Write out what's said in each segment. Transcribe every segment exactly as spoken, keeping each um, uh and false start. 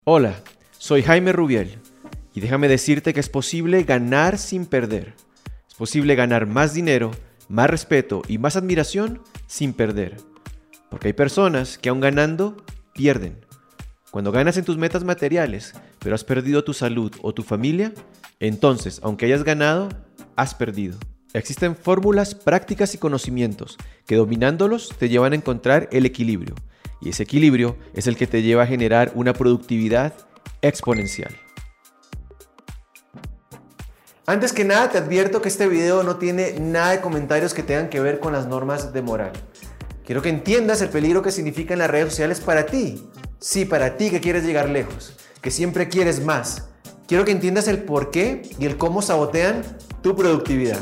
Hola, soy Jaime Rubiel y déjame decirte que es posible ganar sin perder. Es posible ganar más dinero, más respeto y más admiración sin perder. Porque hay personas que aun ganando, pierden. Cuando ganas en tus metas materiales, pero has perdido tu salud o tu familia, entonces, aunque hayas ganado, has perdido. Existen fórmulas, prácticas y conocimientos que dominándolos te llevan a encontrar el equilibrio. Y ese equilibrio es el que te lleva a generar una productividad exponencial. Antes que nada te advierto que este video no tiene nada de comentarios que tengan que ver con las normas de moral. Quiero que entiendas el peligro que significan las redes sociales para ti. Sí, para ti que quieres llegar lejos, que siempre quieres más. Quiero que entiendas el por qué y el cómo sabotean tu productividad.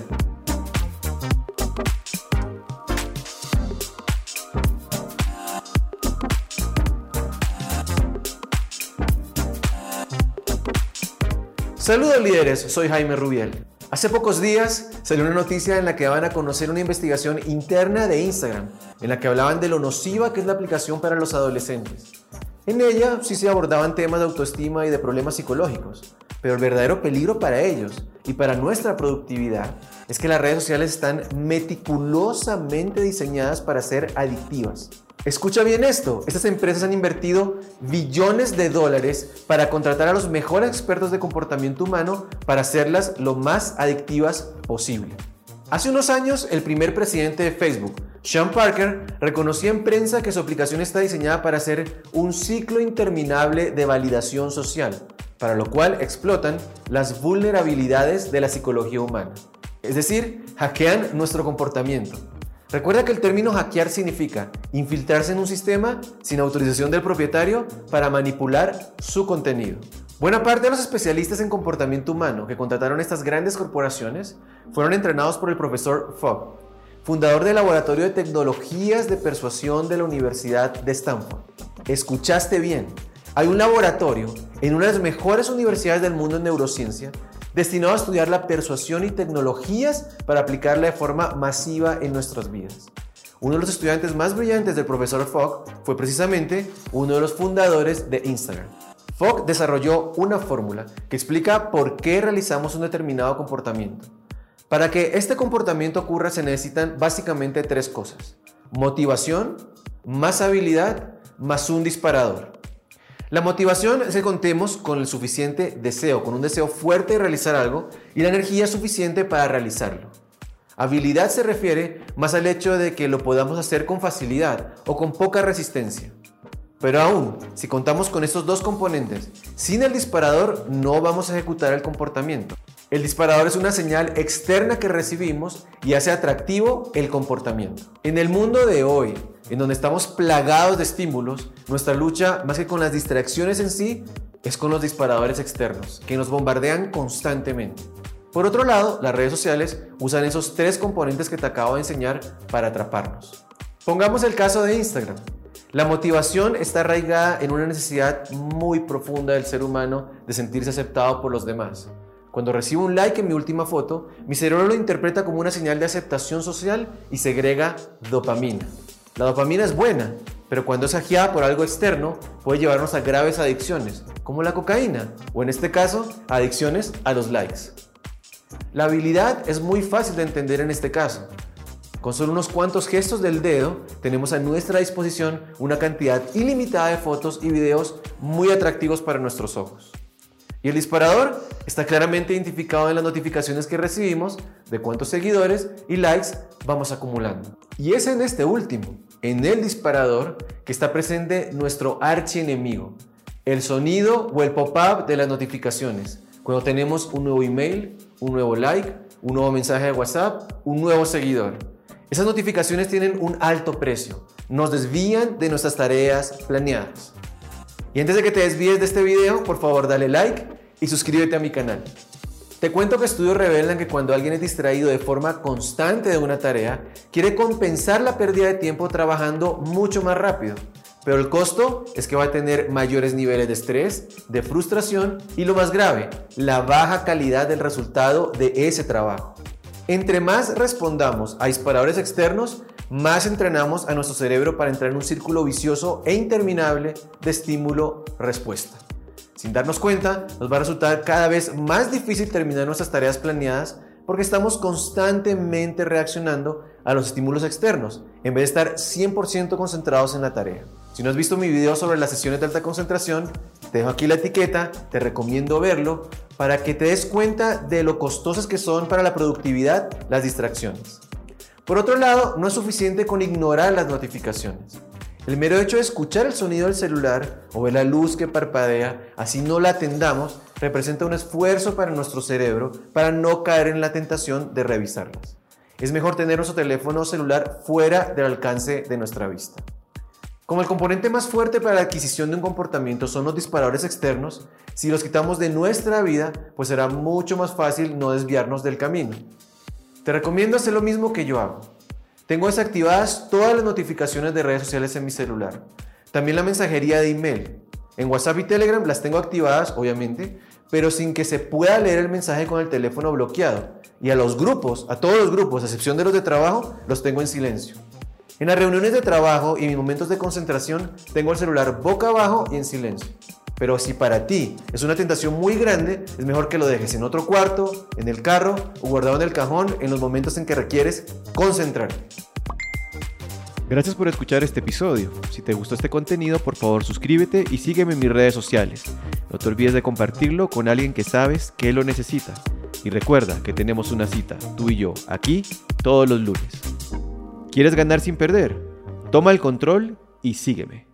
Saludos líderes, soy Jaime Rubiel. Hace pocos días salió una noticia en la que daban a conocer una investigación interna de Instagram, en la que hablaban de lo nociva que es la aplicación para los adolescentes. En ella sí se abordaban temas de autoestima y de problemas psicológicos, pero el verdadero peligro para ellos y para nuestra productividad es que las redes sociales están meticulosamente diseñadas para ser adictivas. Escucha bien esto, estas empresas han invertido billones de dólares para contratar a los mejores expertos de comportamiento humano para hacerlas lo más adictivas posible. Hace unos años, el primer presidente de Facebook, Sean Parker, reconocía en prensa que su aplicación está diseñada para hacer un ciclo interminable de validación social, para lo cual explotan las vulnerabilidades de la psicología humana. Es decir, hackean nuestro comportamiento. Recuerda que el término hackear significa infiltrarse en un sistema sin autorización del propietario para manipular su contenido. Buena parte de los especialistas en comportamiento humano que contrataron estas grandes corporaciones fueron entrenados por el profesor Fogg, fundador del Laboratorio de Tecnologías de Persuasión de la Universidad de Stanford. Escuchaste bien, hay un laboratorio en una de las mejores universidades del mundo en neurociencia destinado a estudiar la persuasión y tecnologías para aplicarla de forma masiva en nuestras vidas. Uno de los estudiantes más brillantes del profesor Fogg fue precisamente uno de los fundadores de Instagram. Fogg desarrolló una fórmula que explica por qué realizamos un determinado comportamiento. Para que este comportamiento ocurra se necesitan básicamente tres cosas: motivación, más habilidad, más un disparador. La motivación es que contemos con el suficiente deseo, con un deseo fuerte de realizar algo y la energía suficiente para realizarlo. Habilidad se refiere más al hecho de que lo podamos hacer con facilidad o con poca resistencia. Pero aún, si contamos con estos dos componentes, sin el disparador no vamos a ejecutar el comportamiento. El disparador es una señal externa que recibimos y hace atractivo el comportamiento. En el mundo de hoy, en donde estamos plagados de estímulos, nuestra lucha, más que con las distracciones en sí, es con los disparadores externos, que nos bombardean constantemente. Por otro lado, las redes sociales usan esos tres componentes que te acabo de enseñar para atraparnos. Pongamos el caso de Instagram. La motivación está arraigada en una necesidad muy profunda del ser humano de sentirse aceptado por los demás. Cuando recibo un like en mi última foto, mi cerebro lo interpreta como una señal de aceptación social y segrega dopamina. La dopamina es buena, pero cuando es hackeada por algo externo, puede llevarnos a graves adicciones, como la cocaína, o en este caso, adicciones a los likes. La habilidad es muy fácil de entender en este caso. Con solo unos cuantos gestos del dedo, tenemos a nuestra disposición una cantidad ilimitada de fotos y videos muy atractivos para nuestros ojos. Y el disparador está claramente identificado en las notificaciones que recibimos de cuántos seguidores y likes vamos acumulando. Y es en este último, en el disparador, que está presente nuestro archienemigo, el sonido o el pop-up de las notificaciones, cuando tenemos un nuevo email, un nuevo like, un nuevo mensaje de WhatsApp, un nuevo seguidor. Esas notificaciones tienen un alto precio, nos desvían de nuestras tareas planeadas. Y antes de que te desvíes de este video, por favor dale like y suscríbete a mi canal. Te cuento que estudios revelan que cuando alguien es distraído de forma constante de una tarea, quiere compensar la pérdida de tiempo trabajando mucho más rápido. Pero el costo es que va a tener mayores niveles de estrés, de frustración y lo más grave, la baja calidad del resultado de ese trabajo. Entre más respondamos a disparadores externos, más entrenamos a nuestro cerebro para entrar en un círculo vicioso e interminable de estímulo-respuesta. Sin darnos cuenta, nos va a resultar cada vez más difícil terminar nuestras tareas planeadas porque estamos constantemente reaccionando a los estímulos externos, en vez de estar cien por ciento concentrados en la tarea. Si no has visto mi video sobre las sesiones de alta concentración, te dejo aquí la etiqueta, te recomiendo verlo para que te des cuenta de lo costosas que son para la productividad las distracciones. Por otro lado, no es suficiente con ignorar las notificaciones. El mero hecho de escuchar el sonido del celular o ver la luz que parpadea, así no la atendamos, representa un esfuerzo para nuestro cerebro para no caer en la tentación de revisarlas. Es mejor tener nuestro teléfono celular fuera del alcance de nuestra vista. Como el componente más fuerte para la adquisición de un comportamiento son los disparadores externos, si los quitamos de nuestra vida, pues será mucho más fácil no desviarnos del camino. Te recomiendo hacer lo mismo que yo hago. Tengo desactivadas todas las notificaciones de redes sociales en mi celular. También la mensajería de email. En WhatsApp y Telegram las tengo activadas, obviamente, pero sin que se pueda leer el mensaje con el teléfono bloqueado. Y a los grupos, a todos los grupos, a excepción de los de trabajo, los tengo en silencio. En las reuniones de trabajo y en mis momentos de concentración, tengo el celular boca abajo y en silencio. Pero si para ti es una tentación muy grande, es mejor que lo dejes en otro cuarto, en el carro o guardado en el cajón en los momentos en que requieres concentrarte. Gracias por escuchar este episodio. Si te gustó este contenido, por favor suscríbete y sígueme en mis redes sociales. No te olvides de compartirlo con alguien que sabes que lo necesita. Y recuerda que tenemos una cita, tú y yo, aquí, todos los lunes. ¿Quieres ganar sin perder? Toma el control y sígueme.